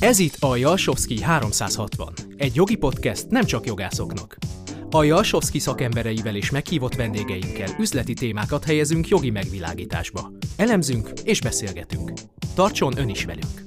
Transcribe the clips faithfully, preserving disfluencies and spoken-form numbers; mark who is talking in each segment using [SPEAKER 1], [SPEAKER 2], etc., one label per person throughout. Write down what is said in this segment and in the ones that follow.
[SPEAKER 1] Ez itt a Jalsovszky háromszázhatvan, egy jogi podcast nem csak jogászoknak. A Jalsovszky szakembereivel és meghívott vendégeinkkel üzleti témákat helyezünk jogi megvilágításba. Elemzünk és beszélgetünk. Tartson ön is velünk!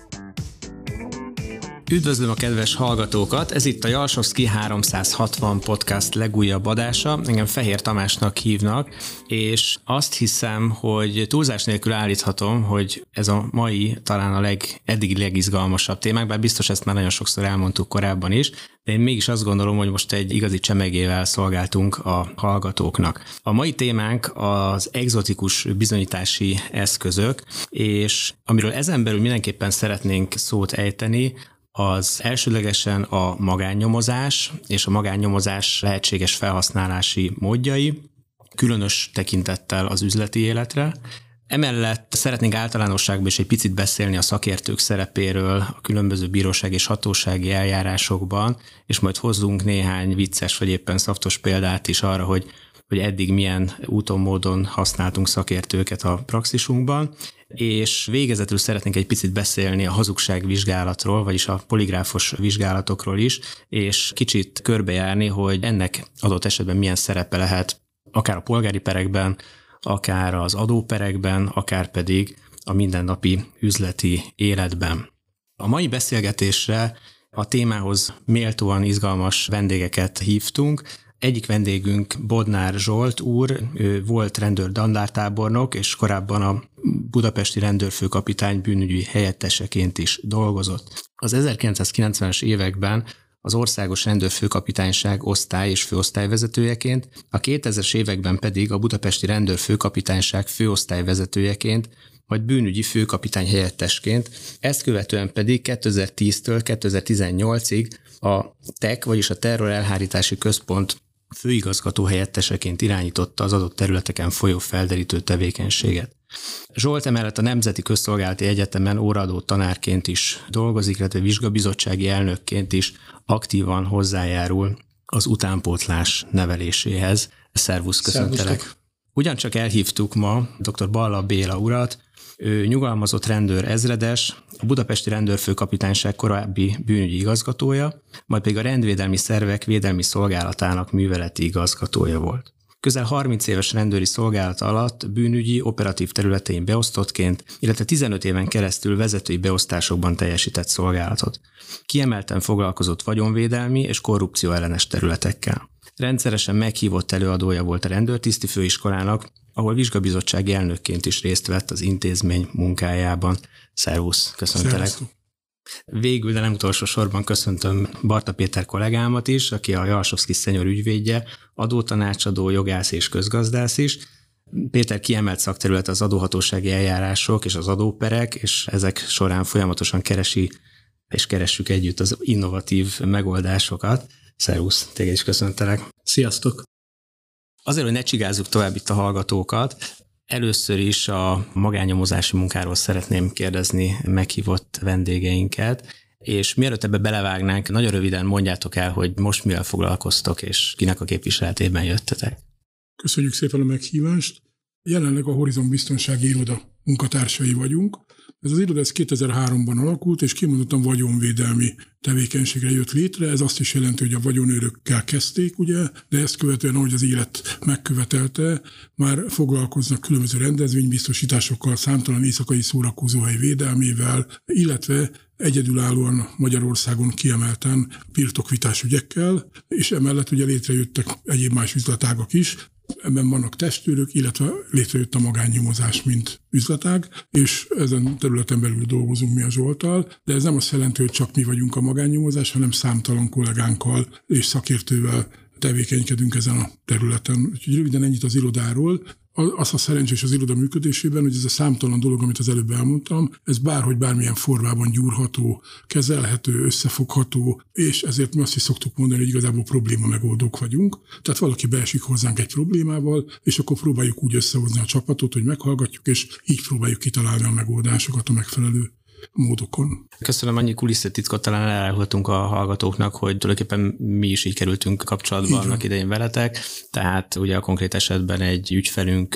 [SPEAKER 2] Üdvözlöm a kedves hallgatókat! Ez itt a Jalsovszky háromszázhatvan podcast legújabb adása. Engem Fehér Tamásnak hívnak, és azt hiszem, hogy túlzás nélkül állíthatom, hogy ez a mai talán a leg, eddigi legizgalmasabb témák, bár biztos ezt már nagyon sokszor elmondtuk korábban is, de én mégis azt gondolom, hogy most egy igazi csemegével szolgáltunk a hallgatóknak. A mai témánk az egzotikus bizonyítási eszközök, és amiről ezen belül mindenképpen szeretnénk szót ejteni, az elsőlegesen a magánnyomozás és a magánnyomozás lehetséges felhasználási módjai, különös tekintettel az üzleti életre. Emellett szeretnénk általánosságban is egy picit beszélni a szakértők szerepéről a különböző bíróság és hatósági eljárásokban, és majd hozzunk néhány vicces vagy éppen szaftos példát is arra, hogy, hogy eddig milyen úton, módon használtunk szakértőket a praxisunkban. És végezetül szeretnénk egy picit beszélni a hazugságvizsgálatról, vagyis a poligráfos vizsgálatokról is, és kicsit körbejárni, hogy ennek adott esetben milyen szerepe lehet akár a polgári perekben, akár az adóperekben, akár pedig a mindennapi üzleti életben. A mai beszélgetésre a témához méltóan izgalmas vendégeket hívtunk. Egyik vendégünk Bodnár Zsolt úr, ő volt rendőr dandártábornok, és korábban a budapesti rendőrfőkapitány bűnügyi helyetteseként is dolgozott. Az ezerkilencszázkilencvenes években az Országos Rendőrfőkapitányság osztály és főosztályvezetőjeként, a kétezres években pedig a Budapesti Rendőrfőkapitányság főosztályvezetőjeként, majd bűnügyi főkapitány helyettesként, ezt követően pedig kétezer-tíztől kétezer-tizennyolcig a té e ká, vagyis a Terrorelhárítási Központ főigazgató helyetteseként irányította az adott területeken folyó felderítő tevékenységet. Zsolt emellett a Nemzeti Közszolgálati Egyetemen óraadó tanárként is dolgozik, illetve vizsgabizottsági elnökként is aktívan hozzájárul az utánpótlás neveléséhez. Szervusz, köszöntelek! Szervusztok. Ugyancsak elhívtuk ma dr. Balla Béla urat, ő nyugalmazott rendőr ezredes, a Budapesti Rendőrfőkapitányság korábbi bűnügyi igazgatója, majd pedig a rendvédelmi szervek védelmi szolgálatának műveleti igazgatója volt. Közel harminc éves rendőri szolgálat alatt bűnügyi operatív területein beosztottként, illetve tizenöt éven keresztül vezetői beosztásokban teljesített szolgálatot. Kiemelten foglalkozott vagyonvédelmi és korrupció ellenes területekkel. Rendszeresen meghívott előadója volt a rendőrtiszti főiskolának, ahol vizsgabizottsági elnökként is részt vett az intézmény munkájában. Szervusz, köszöntelek! Szervusz. Végül, de nem utolsó sorban köszöntöm Barta Péter kollégámat is, aki a Jalsovszky szenyor ügyvédje, adótanácsadó, jogász és közgazdász is. Péter kiemelt szakterület az adóhatósági eljárások és az adóperek, és ezek során folyamatosan keresi és keressük együtt az innovatív megoldásokat. Szervusz, téged is köszöntelek.
[SPEAKER 3] Sziasztok!
[SPEAKER 2] Azért, hogy ne csigázzuk tovább itt a hallgatókat, először is a magánnyomozási munkáról szeretném kérdezni meghívott vendégeinket, és mielőtt ebbe belevágnánk, nagyon röviden mondjátok el, hogy most mivel foglalkoztok, és kinek a képviseletében jöttetek.
[SPEAKER 3] Köszönjük szépen a meghívást. Jelenleg a Horizon Biztonsági Iroda munkatársai vagyunk. Ez az iroda ez kétezer-háromban alakult, és kimondottan vagyonvédelmi tevékenységre jött létre. Ez azt is jelenti, hogy a vagyonőrökkel kezdték, ugye, de ezt követően, ahogy az élet megkövetelte, már foglalkoznak különböző rendezvénybiztosításokkal, számtalan éjszakai szórakozóhely védelmével, illetve egyedülállóan Magyarországon kiemelten birtokvitás ügyekkel, és emellett ugye létrejöttek egyéb más üzletágak is. Ebben vannak testőrök, illetve létrejött a magánnyomozás, mint üzletág, és ezen területen belül dolgozunk mi a Zsolttal, de ez nem azt jelenti, hogy csak mi vagyunk a magánnyomozás, hanem számtalan kollégánkkal és szakértővel tevékenykedünk ezen a területen. Úgyhogy röviden ennyit az irodáról. Az a szerencsés az iroda működésében, hogy ez a számtalan dolog, amit az előbb elmondtam, ez bárhogy bármilyen formában gyúrható, kezelhető, összefogható, és ezért mi azt is szoktuk mondani, hogy igazából probléma megoldók vagyunk. Tehát valaki beesik hozzánk egy problémával, és akkor próbáljuk úgy összehozni a csapatot, hogy meghallgatjuk, és így próbáljuk kitalálni a megoldásokat a megfelelő módokon.
[SPEAKER 2] Köszönöm, annyi kulisszatitkot talán elárulhatunk a hallgatóknak, hogy tulajdonképpen mi is így kerültünk kapcsolatba annak idején veletek, tehát ugye a konkrét esetben egy ügyfelünk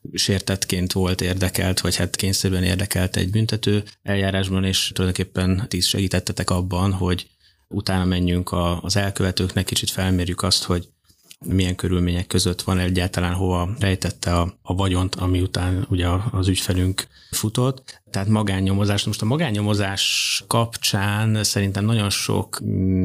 [SPEAKER 2] sértettként volt érdekelt, vagy hát kényszerűen érdekelt egy büntető eljárásban, és tulajdonképpen ti is segítettetek abban, hogy utána menjünk az elkövetőknek, kicsit felmérjük azt, hogy milyen körülmények között van egyáltalán, hova rejtette a, a vagyont, ami után ugye az ügyfelünk futott. Tehát magánnyomozás. Most a magánnyomozás kapcsán szerintem nagyon sok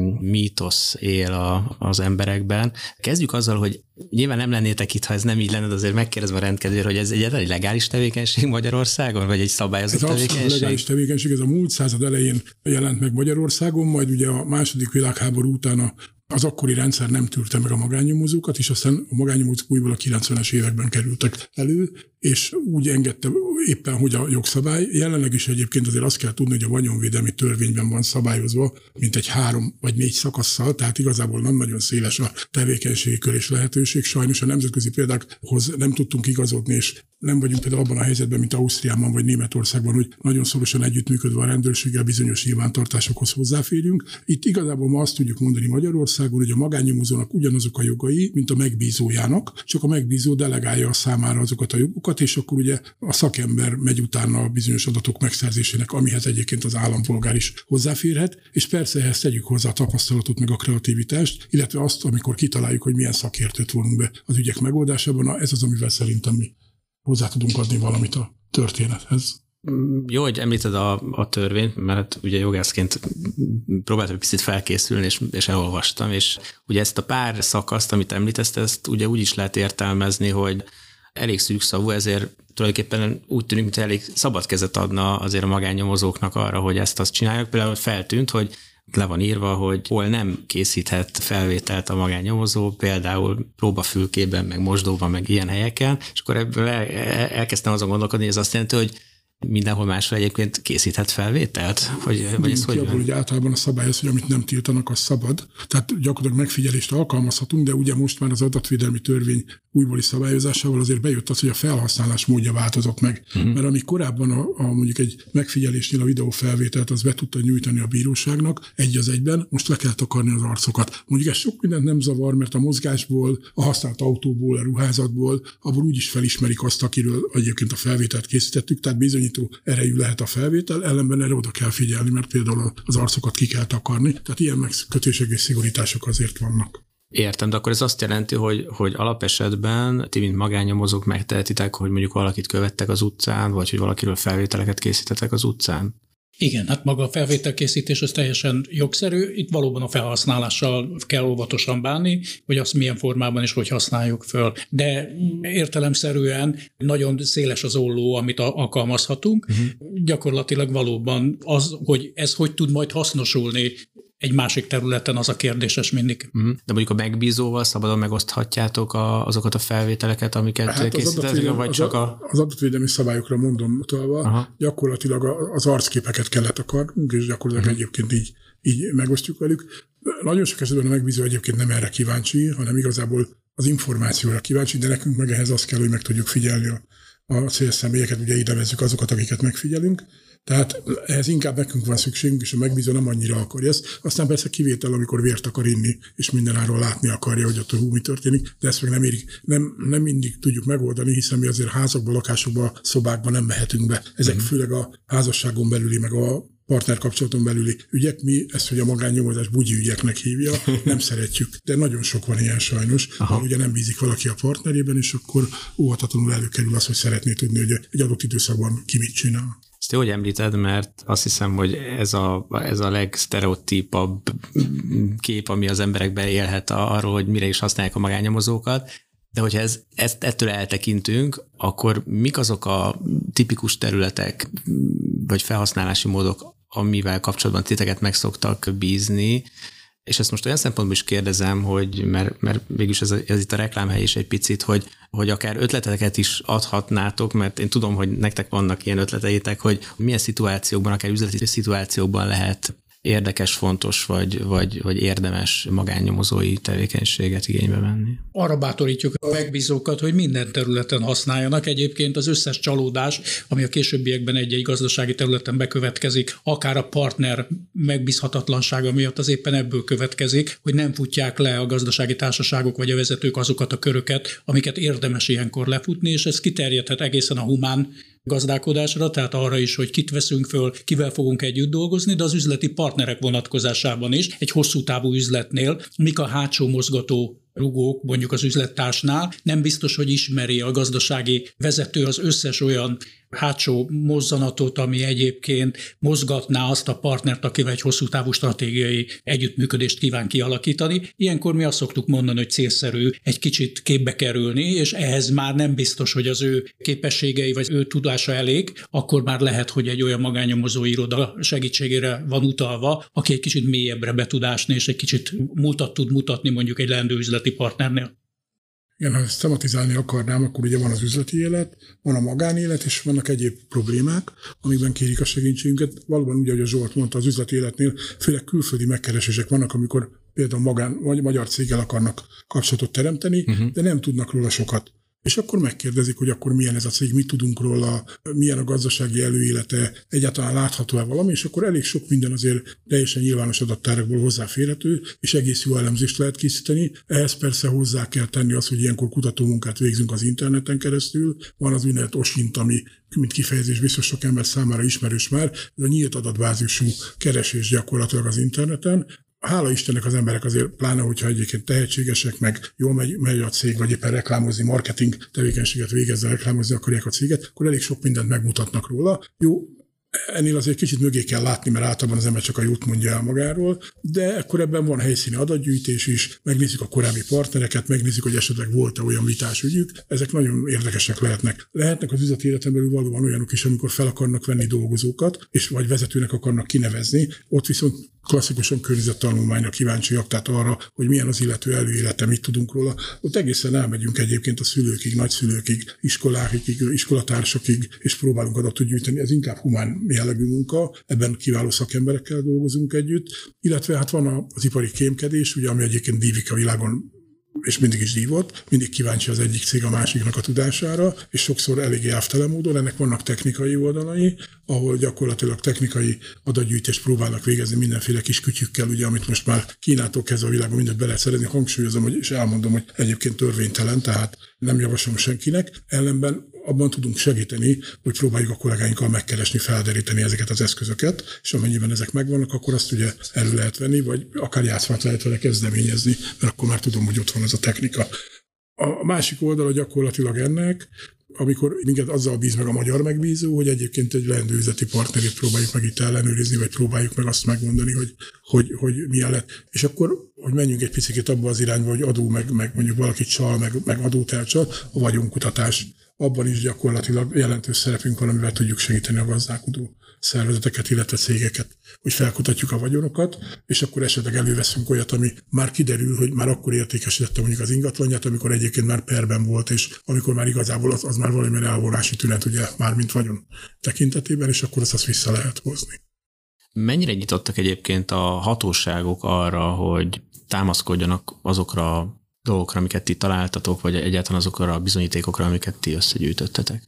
[SPEAKER 2] mítosz él a, az emberekben. Kezdjük azzal, hogy nyilván nem lennétek itt, ha ez nem így lenne, de azért megkérdezem a rendkedvért, hogy ez egy legális tevékenység Magyarországon, vagy egy szabályozott ez tevékenység? Ez
[SPEAKER 3] legális tevékenység, ez a múlt század elején jelent meg Magyarországon, majd ugye a második világháború után a az akkori rendszer nem tűrte meg a magánnyomozókat, és aztán a magánnyomozók újból a kilencvenes években kerültek elő, és úgy engedte éppen, hogy a jogszabály. Jelenleg is egyébként azért azt kell tudni, hogy a vagyonvédelmi törvényben van szabályozva, mint egy három vagy négy szakasszal, tehát igazából nem nagyon széles a tevékenységi kör és lehetőség. Sajnos a nemzetközi példákhoz nem tudtunk igazodni, és nem vagyunk például abban a helyzetben, mint Ausztriában vagy Németországban, hogy nagyon szorosan együttműködve a rendőrséggel bizonyos nyilvántartásokhoz hozzáférjünk. Itt igazából ma azt tudjuk mondani Magyarországon, hogy a magánnyomozónak ugyanazok a jogai, mint a megbízójának, csak a megbízó delegálja számára azokat a jogokat, és akkor ugye a szakember megy utána a bizonyos adatok megszerzésének, amihez egyébként az állampolgár is hozzáférhet, és persze ehhez tegyük hozzá a tapasztalatot meg a kreativitást, illetve azt, amikor kitaláljuk, hogy milyen szakértőt vonunk be az ügyek megoldásában. Na, ez az, amivel szerintem mi hozzá tudunk adni valamit a történethez.
[SPEAKER 2] Jó, hogy említed a, a törvényt, mert ugye jogászként próbáltam egy picit felkészülni, és, és elolvastam, és ugye ezt a pár szakaszt, amit említesz, ezt ugye úgy is lehet értelmezni, hogy elég szűkszavú, ezért tulajdonképpen úgy tűnik, mint elég szabad kezet adna azért a magánnyomozóknak arra, hogy ezt-azt csinálják. Például feltűnt, hogy le van írva, hogy hol nem készíthet felvételt a magánnyomozó, például próbafülkében, meg mosdóban, meg ilyen helyeken, és akkor ebből el, elkezdtem azon gondolkodni, hogy ez azt jelenti, hogy mindenhol máshol egyébként készíthet felvételt? Hogy, vagy ez hogy
[SPEAKER 3] hogy általában a szabály az, hogy amit nem tiltanak, az szabad. Tehát gyakorlatilag megfigyelést alkalmazhatunk, de ugye most már az adatvédelmi törvény újbóli szabályozásával azért bejött az, hogy a felhasználás módja változott meg. Uh-huh. Mert ami korábban a, a mondjuk egy megfigyelésnél a videófelvételt az be tudta nyújtani a bíróságnak egy az egyben, most le kell takarni az arcokat. Mondjuk ez sok mindent nem zavar, mert a mozgásból, a használt autóból, a ruházatból, abból úgyis felismerik azt, akiről egyébként a felvételt készítettük, tehát bizony erejű lehet a felvétel, ellenben erre oda kell figyelni, mert például az arcokat ki kell takarni. Tehát ilyen megkötőség és szigorítások azért vannak.
[SPEAKER 2] Értem, de akkor ez azt jelenti, hogy, hogy alapesetben ti, mint magánnyomozók megtehetitek, hogy mondjuk valakit követtek az utcán, vagy hogy valakiről felvételeket készítettek az utcán?
[SPEAKER 4] Igen, hát maga a felvételkészítés az teljesen jogszerű. Itt valóban a felhasználással kell óvatosan bánni, hogy azt milyen formában és hogy használjuk föl. De értelemszerűen nagyon széles az olló, amit alkalmazhatunk. Uh-huh. Gyakorlatilag valóban az, hogy ez hogy tud majd hasznosulni egy másik területen, az a kérdéses mindig.
[SPEAKER 2] Uh-huh. De mondjuk a megbízóval szabadon megoszthatjátok a, azokat a felvételeket, amiket hát készítettek, vagy csak a...
[SPEAKER 3] Az adatvédelmi szabályokra mondom utalva, aha, gyakorlatilag az arcképeket kellett akarnunk, és gyakorlatilag uh-huh. egyébként így, így megosztjuk velük. Nagyon sok esetben a megbízó egyébként nem erre kíváncsi, hanem igazából az információra kíváncsi, de nekünk meg ehhez az kell, hogy meg tudjuk figyelni a, a célszemélyeket, ugye ide vezzük azokat, akiket megfigyelünk. Tehát ehhez inkább nekünk van szükségünk, és a megbízó nem annyira akarja ezt. Aztán persze kivétel, amikor vért akar inni, és mindenáról látni akarja, hogy ott a hú mi történik, de ezt meg nem érik. Nem, nem mindig tudjuk megoldani, hiszen mi azért házakban, lakásokban, szobákban nem mehetünk be. Ezek mm. főleg a házasságon belüli, meg a partnerkapcsolaton belüli ügyek, mi ezt, hogy a magánnyomozás bugyi ügyeknek hívja, nem szeretjük. De nagyon sok van ilyen sajnos, ahol ugye nem bízik valaki a partnerében, és akkor óvatatlanul előkerül az, hogy szeretné tudni, hogy egy adott időszakban ki mit csinál.
[SPEAKER 2] Ezt jó, hogy említed, mert azt hiszem, hogy ez a, ez a legsztereotípabb kép, ami az emberekben élhet arról, hogy mire is használják a magánnyomozókat. De hogyha ez, ezt, ettől eltekintünk, akkor mik azok a tipikus területek, vagy felhasználási módok, amivel kapcsolatban titeket meg szoktak bízni, és ezt most olyan szempontból is kérdezem, hogy mert, mert végülis ez, ez itt a reklámhely is egy picit, hogy, hogy akár ötleteket is adhatnátok, mert én tudom, hogy nektek vannak ilyen ötleteitek, hogy milyen szituációkban, akár üzleti szituációkban lehet érdekes, fontos vagy, vagy, vagy érdemes magánnyomozói tevékenységet igénybe venni.
[SPEAKER 4] Arra bátorítjuk a megbízókat, hogy minden területen használjanak. Egyébként az összes csalódás, ami a későbbiekben egy-egy gazdasági területen bekövetkezik, akár a partner megbízhatatlansága miatt, az éppen ebből következik, hogy nem futják le a gazdasági társaságok vagy a vezetők azokat a köröket, amiket érdemes ilyenkor lefutni, és ez kiterjedhet egészen a humán gazdálkodásra, tehát arra is, hogy kit veszünk föl, kivel fogunk együtt dolgozni, de az üzleti partnerek vonatkozásában is, egy hosszú távú üzletnél, mik a hátsó mozgató rugók, mondjuk az üzlettársnál, nem biztos, hogy ismeri a gazdasági vezető az összes olyan hátsó mozzanatot, ami egyébként mozgatná azt a partnert, akivel egy hosszú távú stratégiai együttműködést kíván kialakítani. Ilyenkor mi azt szoktuk mondani, hogy célszerű egy kicsit képbe kerülni, és ehhez már nem biztos, hogy az ő képességei vagy ő tudása elég, akkor már lehet, hogy egy olyan magánnyomozó iroda segítségére van utalva, aki egy kicsit mélyebbre be tud ásni, és egy kicsit múltat tud mutatni mondjuk egy leendő üzleti partnernél.
[SPEAKER 3] Igen, ha ezt tematizálni akarnám, akkor ugye van az üzleti élet, van a magánélet, és vannak egyéb problémák, amikben kérik a segítségünket. Valóban ugye, ahogy a Zsolt mondta, az üzleti életnél főleg külföldi megkeresések vannak, amikor például magán, vagy magyar céggel akarnak kapcsolatot teremteni, uh-huh. de nem tudnak róla sokat. És akkor megkérdezik, hogy akkor milyen ez a cég, mit tudunk róla, milyen a gazdasági előélete, egyáltalán látható-e valami, és akkor elég sok minden azért teljesen nyilvános adattárakból hozzáférhető, és egész jó elemzést lehet készíteni. Ehhez persze hozzá kell tenni azt, hogy ilyenkor kutatómunkát végzünk az interneten keresztül. Van az úgynevezett osint, ami mint kifejezés biztos sok ember számára ismerős már, ez a nyílt adatbázisú keresés gyakorlatilag az interneten. Hála Istennek az emberek azért, pláne hogyha egyébként tehetségesek, meg jól megy, megy a cég, vagy éppen reklámozni, marketing tevékenységet végezzel, reklámozni akarják a céget, akkor elég sok mindent megmutatnak róla. Jó, ennél azért kicsit mögé kell látni, mert általában az ember csak a jót mondja el magáról, de akkor ebben van helyszíni adatgyűjtés is, megnézzük a korábbi partnereket, megnézzük, hogy esetleg volt-e olyan vitás ügyük, ezek nagyon érdekesek lehetnek. Lehetnek az üzleti életen belül valóban olyanok is, amikor fel akarnak venni dolgozókat, és vagy vezetőnek akarnak kinevezni, ott viszont klasszikusan környezettanulmányra kíváncsiak, tehát arra, hogy milyen az illető előélete, mit tudunk róla. Ott egészen elmegyünk egyébként a szülőkig, nagyszülőkig, iskolákig, iskolatársakig, és próbálunk adatot gyűjteni. Ez inkább humán jellegű munka, ebben kiváló szakemberekkel dolgozunk együtt, illetve hát van az ipari kémkedés, ugye, ami egyébként dívik a világon, és mindig is dívott, mindig kíváncsi az egyik cég a másiknak a tudására, és sokszor eléggé elvtelen módon. Ennek vannak technikai oldalai, ahol gyakorlatilag technikai adatgyűjtést próbálnak végezni mindenféle kis kütyükkel, ugye, amit most már Kínától kezdve a világon mindent be lehet szerezni, hangsúlyozom, hogy, és elmondom, hogy egyébként törvénytelen, tehát nem javaslom senkinek, ellenben abban tudunk segíteni, hogy próbáljuk a kollégáinkkal megkeresni, felderíteni ezeket az eszközöket, és amennyiben ezek megvannak, akkor azt ugye elő lehet venni, vagy akár játszmát lehet vele kezdeményezni, mert akkor már tudom, hogy ott van ez a technika. A másik oldala gyakorlatilag ennek, amikor minket azzal bíz meg a magyar megbízó, hogy egyébként egy leendő üzleti partnerét próbáljuk meg itt ellenőrizni, vagy próbáljuk meg azt megmondani, hogy, hogy, hogy milyen lett. És akkor, hogy menjünk egy picit abba az irányba, hogy adó, meg, meg mondjuk valakit csal, meg, meg adót elcsal, a vagyonkutatás. Abban is gyakorlatilag jelentős szerepünk van, amivel tudjuk segíteni a gazdálkodó szervezeteket, illetve cégeket, hogy felkutatjuk a vagyonokat, és akkor esetleg előveszünk olyat, ami már kiderül, hogy már akkor értékesítette mondjuk az ingatlanját, amikor egyébként már perben volt, és amikor már igazából az, az már valamilyen elvonási tünet, ugye már mint vagyon tekintetében, és akkor azt, azt vissza lehet hozni.
[SPEAKER 2] Mennyire nyitottak egyébként a hatóságok arra, hogy támaszkodjanak azokra a dolgokra, amiket ti találtatok, vagy egyáltalán azokra a bizonyítékokra, amiket ti összegyűjtöttetek?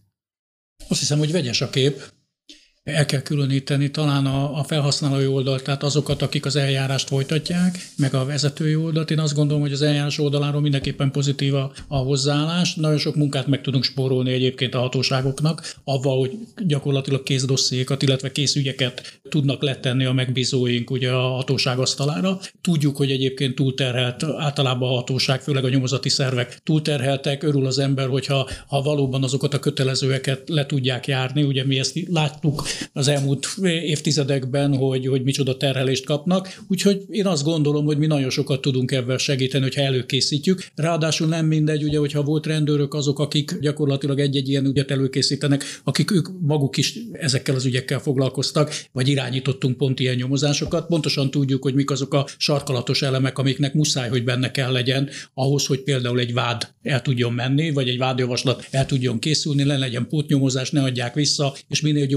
[SPEAKER 4] Azt hiszem, hogy vegyes a kép. El kell különíteni talán a, a felhasználói oldalt, tehát azokat, akik az eljárást folytatják, meg a vezetői oldalt. Én azt gondolom, hogy az eljárás oldaláról mindenképpen pozitív a, a hozzáállás. Nagyon sok munkát meg tudunk spórolni egyébként a hatóságoknak, avval, hogy gyakorlatilag kézdossziékat, illetve készügyeket tudnak letenni a megbízóink ugye a hatóság asztalára. Tudjuk, hogy egyébként túlterhelt általában a hatóság, főleg a nyomozati szervek túlterheltek. Örül az ember, hogyha ha valóban azokat a kötelezőeket le tudják járni. Ugye mi ezt láttuk az elmúlt évtizedekben, hogy, hogy micsoda terhelést kapnak. Úgyhogy én azt gondolom, hogy mi nagyon sokat tudunk ebben segíteni, hogyha előkészítjük. Ráadásul nem mindegy, ugye, hogyha volt rendőrök azok, akik gyakorlatilag egy-egy ilyen ügyet előkészítenek, akik ők maguk is ezekkel az ügyekkel foglalkoztak, vagy irányítottunk pont ilyen nyomozásokat. Pontosan tudjuk, hogy mik azok a sarkalatos elemek, amiknek muszáj, hogy benne kell legyen, ahhoz, hogy például egy vád el tudjon menni, vagy egy vádjavaslat el tudjon készülni, le legyen pótnyomozás, ne adják vissza, és minél gyorsabban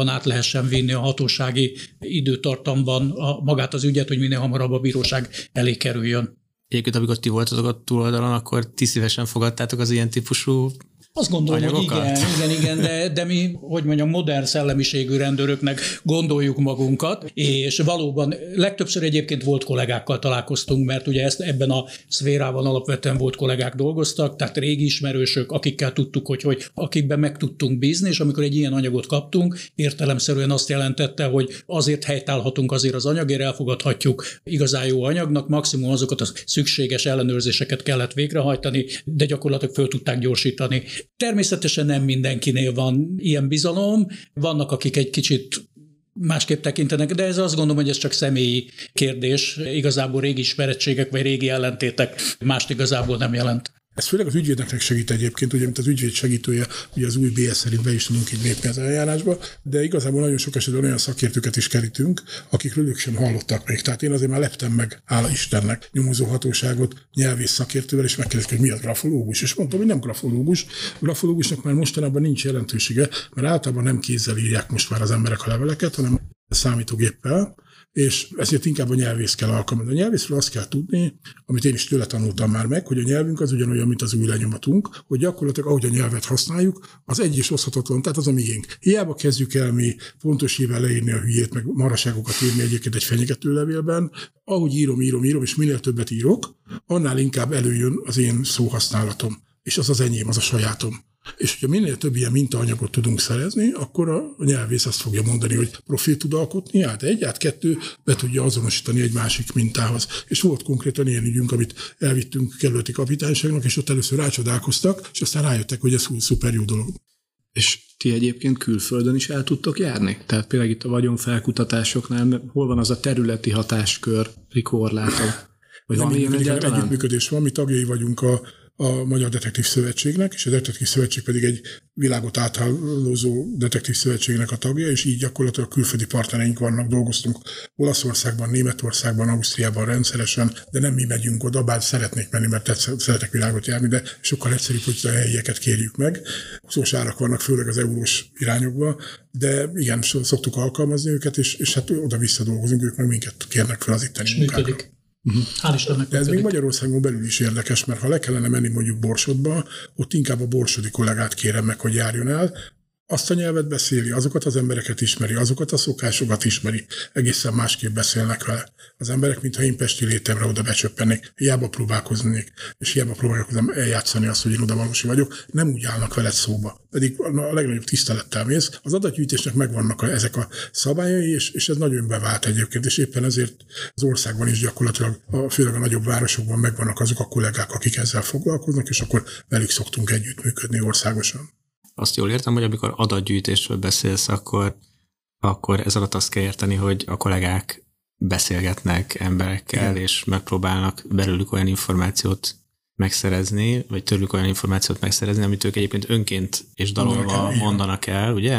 [SPEAKER 4] gyorsabban át lehessen vinni a hatósági időtartamban a, magát az ügyet, hogy minél hamarabb a bíróság elé kerüljön.
[SPEAKER 2] Egyébként, amikor ti voltatok a túloldalon, akkor ti szívesen fogadtátok az ilyen típusú
[SPEAKER 4] Azt gondolom,
[SPEAKER 2] anyagokat?
[SPEAKER 4] hogy igen, igen, igen, de, de mi, hogy mondjam, modern szellemiségű rendőröknek gondoljuk magunkat, és valóban legtöbbször egyébként volt kollégákkal találkoztunk, mert ugye ezt ebben a szférában alapvetően volt kollégák dolgoztak, tehát régi ismerősök, akikkel tudtuk, hogy, hogy akikben meg tudtunk bízni, és amikor egy ilyen anyagot kaptunk, értelemszerűen azt jelentette, hogy azért helytállhatunk azért az anyagért, elfogadhatjuk igazán jó anyagnak, maximum azokat a szükséges ellenőrzéseket kellett végrehajtani, de gyakorlatilag föl tudták gyorsítani. Természetesen nem mindenkinél van ilyen bizalom, vannak, akik egy kicsit másképp tekintenek, de ez azt gondolom, hogy ez csak személyi kérdés. Igazából régi ismerettségek vagy régi ellentétek mást igazából nem jelent.
[SPEAKER 3] Ez főleg az ügyvédeknek segít egyébként, ugye, mint az ügyvéd segítője, ugye az új bé es szerint be is tudunk így lépni az eljárásba, de igazából nagyon sok esetben olyan szakértőket is kerítünk, akikről ők sem hallottak még. Tehát én azért már leptem meg, hála Istennek, nyomozó hatóságot nyelvész szakértővel, és megkérdezték, hogy mi az grafológus. És mondtam, hogy nem grafológus. Grafológusnak már mostanában nincs jelentősége, mert általában nem kézzel írják most már az emberek a leveleket, hanem számítógéppel, és ezért inkább a nyelvész kell alkalmazni. A nyelvészről azt kell tudni, amit én is tőle tanultam már meg, hogy a nyelvünk az ugyanolyan, mint az új lenyomatunk, hogy gyakorlatilag ahogy a nyelvet használjuk, az egy és oszthatatlan, tehát az a miénk. Hiába kezdjük el mi pontos hívvel leírni a hülyét, meg maraságokat írni egyébként egy fenyegető levélben, ahogy írom, írom, írom, és minél többet írok, annál inkább előjön az én szóhasználatom. És az az enyém, az a sajátom. És hogyha minél több ilyen mintaanyagot tudunk szerezni, akkor a nyelvész azt fogja mondani, hogy profil tud alkotni, át egy, át kettő, be tudja azonosítani egy másik mintához. És volt konkrétan ilyen ügyünk, amit elvittünk kerületi kapitányságnak, és ott először rácsodálkoztak, és aztán rájöttek, hogy ez szuper jó dolog.
[SPEAKER 5] És ti egyébként külföldön is el tudtok járni? Tehát például itt a vagyonfelkutatásoknál hol van az a területi hatáskör, korlátom? Vagy van ilyen egyáltalán?
[SPEAKER 3] Együttműködés van, mi tagjai vagyunk a a Magyar Detektív Szövetségnek, és a Detektív Szövetség pedig egy világot áthálózó detektív szövetségnek a tagja, és így gyakorlatilag külföldi partnereink vannak, dolgoztunk Olaszországban, Németországban, Ausztriában rendszeresen, de nem mi megyünk oda, bár szeretnék menni, mert szeretek világot járni, de sokkal egyszerűbb, hogy a helyieket kérjük meg. Húszós árak vannak, főleg az eurós irányokba, de igen, szoktuk alkalmazni őket, és, és hát oda-vissza dolgozunk, ők meg minket kérnek fel az itteni munkákra.
[SPEAKER 4] Uh-huh. Hál' Istennek.
[SPEAKER 3] De ez még Magyarországon belül is érdekes, mert ha le kellene menni mondjuk Borsodba, ott inkább a borsodi kollégát kérem meg, hogy járjon el. Azt a nyelvet beszéli, azokat az embereket ismeri, azokat a szokásokat ismeri, egészen másképp beszélnek vele. Az emberek, mintha én pesti létemre oda becsöppennék, hiába próbálkoznék, és hiába próbálkozom eljátszani azt, hogy én oda valósi vagyok, nem úgy állnak veled szóba. Pedig a legnagyobb tisztelettel mész. Az adatgyűjtésnek megvannak a, ezek a szabályai, és, és ez nagyon bevált egyébként, és éppen ezért az országban is gyakorlatilag, a, főleg a nagyobb városokban megvannak azok a kollégák, akik ezzel foglalkoznak, és akkor velük szoktunk együttműködni országosan.
[SPEAKER 2] Azt jól értem, hogy amikor adatgyűjtésről beszélsz, akkor, akkor ez alatt azt kell érteni, hogy a kollégák beszélgetnek emberekkel, igen, és megpróbálnak belőlük olyan információt megszerezni, vagy tőlük olyan információt megszerezni, amit ők egyébként önként és dalolva mondanak el, ugye?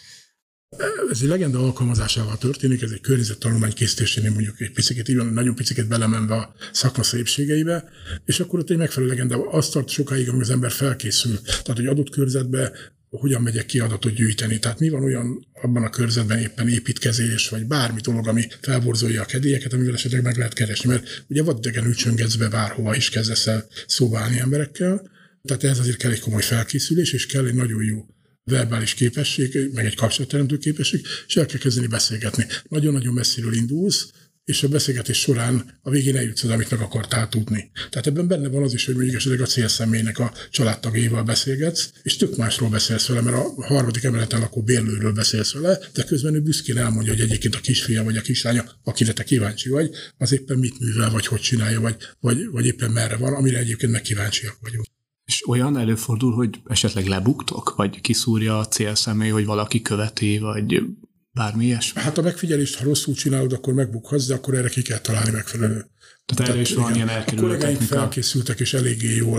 [SPEAKER 3] Ez egy legenda alkalmazásával történik, ez egy környezettanulmány készítésénél mondjuk egy picit, így van, nagyon picit belemenve a szakma szépségeibe, és akkor ott egy megfelelő legenda azt tart sokáig, amíg az ember felkészül. Tehát, hogy adott körzetbe hogyan megyek ki adatot gyűjteni. Tehát mi van olyan abban a körzetben éppen építkezés, vagy bármi dolog, ami felborzolja a kedélyeket, amivel esetleg meg lehet keresni. Mert ugye vadidegenül csöngetsz be bárhova is kezdesz el szóba állni emberekkel. Tehát ez azért kell egy komoly felkészülés, és kell egy nagyon jó verbális képesség, meg egy kapcsolatteremtő képesség, és el kell kezdeni beszélgetni. Nagyon-nagyon messziről indulsz, és a beszélgetés során a végén eljutsz oda, amit meg akartál tudni. Tehát ebben benne van az is, hogy mondjuk esetleg a célszemélynek a családtagjaival beszélgetsz, és tök másról beszélsz vele, mert a harmadik emeleten lakó bérlőről beszélsz vele, de közben ő büszkén elmondja, hogy egyébként a kisfia vagy a kislánya, akire te kíváncsi vagy, az éppen mit művel, vagy hogy csinálja, vagy, vagy, vagy éppen merre van, amire egyébként meg kíváncsiak vagyunk.
[SPEAKER 5] És olyan előfordul, hogy esetleg lebuktok, vagy kiszúrja a célszemély, hogy valaki követi, vagy bármi ilyesmi?
[SPEAKER 3] Hát a megfigyelést, ha rosszul csinálod, akkor megbukhatsz, de akkor erre ki kell találni megfelelő.
[SPEAKER 5] Tehát erre is van ilyen elkerülő technika.
[SPEAKER 3] A kollégáink felkészültek, és eléggé jól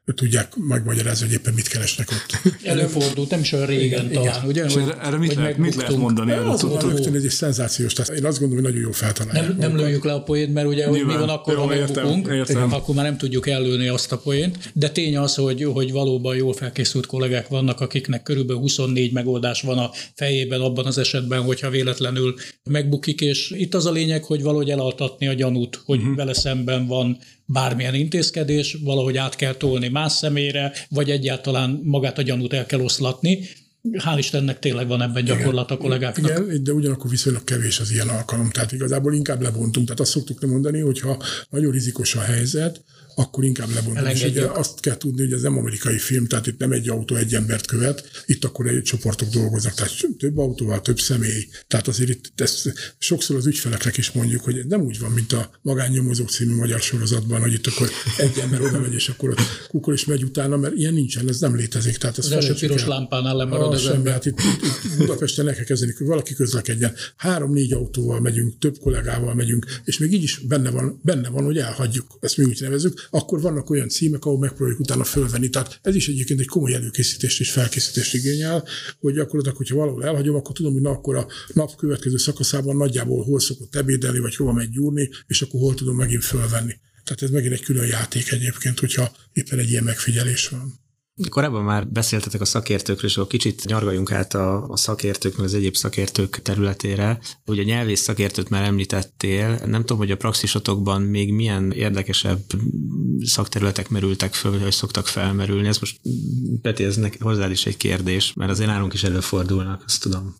[SPEAKER 3] tudják megmagyarázni, hogy éppen mit keresnek ott.
[SPEAKER 4] Előfordult, nem is olyan régen igen, talán, igen. ugye?
[SPEAKER 5] És erre, erre mit, lehet, mit lehet mondani?
[SPEAKER 3] Az, az volt rögtön, ez egy szenzációs. Tehát én azt gondolom, hogy nagyon jól feltalálják.
[SPEAKER 4] Nem, nem lőjük le a poént, mert ugye, hogy mi van akkor, ha megbukunk, akkor már nem tudjuk ellőni azt a poént. De tény az, hogy, hogy valóban jól felkészült kollégák vannak, akiknek körülbelül huszonnégy megoldás van a fejében abban az esetben, hogyha véletlenül megbukik, és itt az a lényeg, hogy valahogy elaltatni a gyanút, hogy uh-huh. vele szemben van bármilyen intézkedés, valahogy át kell tolni más személyre, vagy egyáltalán magát a gyanút el kell oszlatni. Hál' Istennek tényleg van ebben gyakorlat a kollégáknak.
[SPEAKER 3] Igen, de ugyanakkor viszonylag kevés az ilyen alkalom, tehát igazából inkább lebontunk. Tehát azt szoktuk mondani, hogy ha nagyon rizikos a helyzet, akkor inkább lebontunk. És ugye azt kell tudni, hogy ez nem amerikai film, tehát itt nem egy autó egy embert követ, itt akkor egy csoportok dolgoznak, tehát több autóval, több személy. Tehát azért itt ezt sokszor az ügyfeleknek is mondjuk, hogy nem úgy van, mint a Magánnyomozók című magyar sorozatban, hogy itt akkor egy ember oda megy, és akkor ott kukor is megy utána, mert ilyen nincsen, ez nem létezik. Tehát ez
[SPEAKER 4] első piros lámpánál lemarad az ember.
[SPEAKER 3] Hát itt, itt, itt Budapesten el kell kezdeni, hogy valaki közlekedjen. Három-négy autóval megyünk, több kollégával megyünk, és még így is benne van, benne van, hogy elhagyjuk. Ezt mi úgy nevezzük. Akkor vannak olyan címek, ahol megpróbáljuk utána fölvenni. Tehát ez is egyébként egy komoly előkészítést és felkészítést igényel, hogy gyakorlatilag, hogyha valahol elhagyom, akkor tudom, hogy na, akkor a nap következő szakaszában nagyjából hol szokott ebédelni, vagy hova megy gyúrni, és akkor hol tudom megint fölvenni. Tehát ez megint egy külön játék egyébként, hogyha éppen egy ilyen megfigyelés van.
[SPEAKER 2] Korábban már beszéltetek a szakértőkről, és akkor kicsit nyargaljunk át a, a szakértők, meg az egyéb szakértők területére. Ugye a nyelvész szakértőt már említettél, nem tudom, hogy a praxisotokban még milyen érdekesebb szakterületek merültek föl, vagy szoktak felmerülni. Ez most, Peti, ez neki, hozzád is egy kérdés, mert azért nálunk is előfordulnak, azt tudom.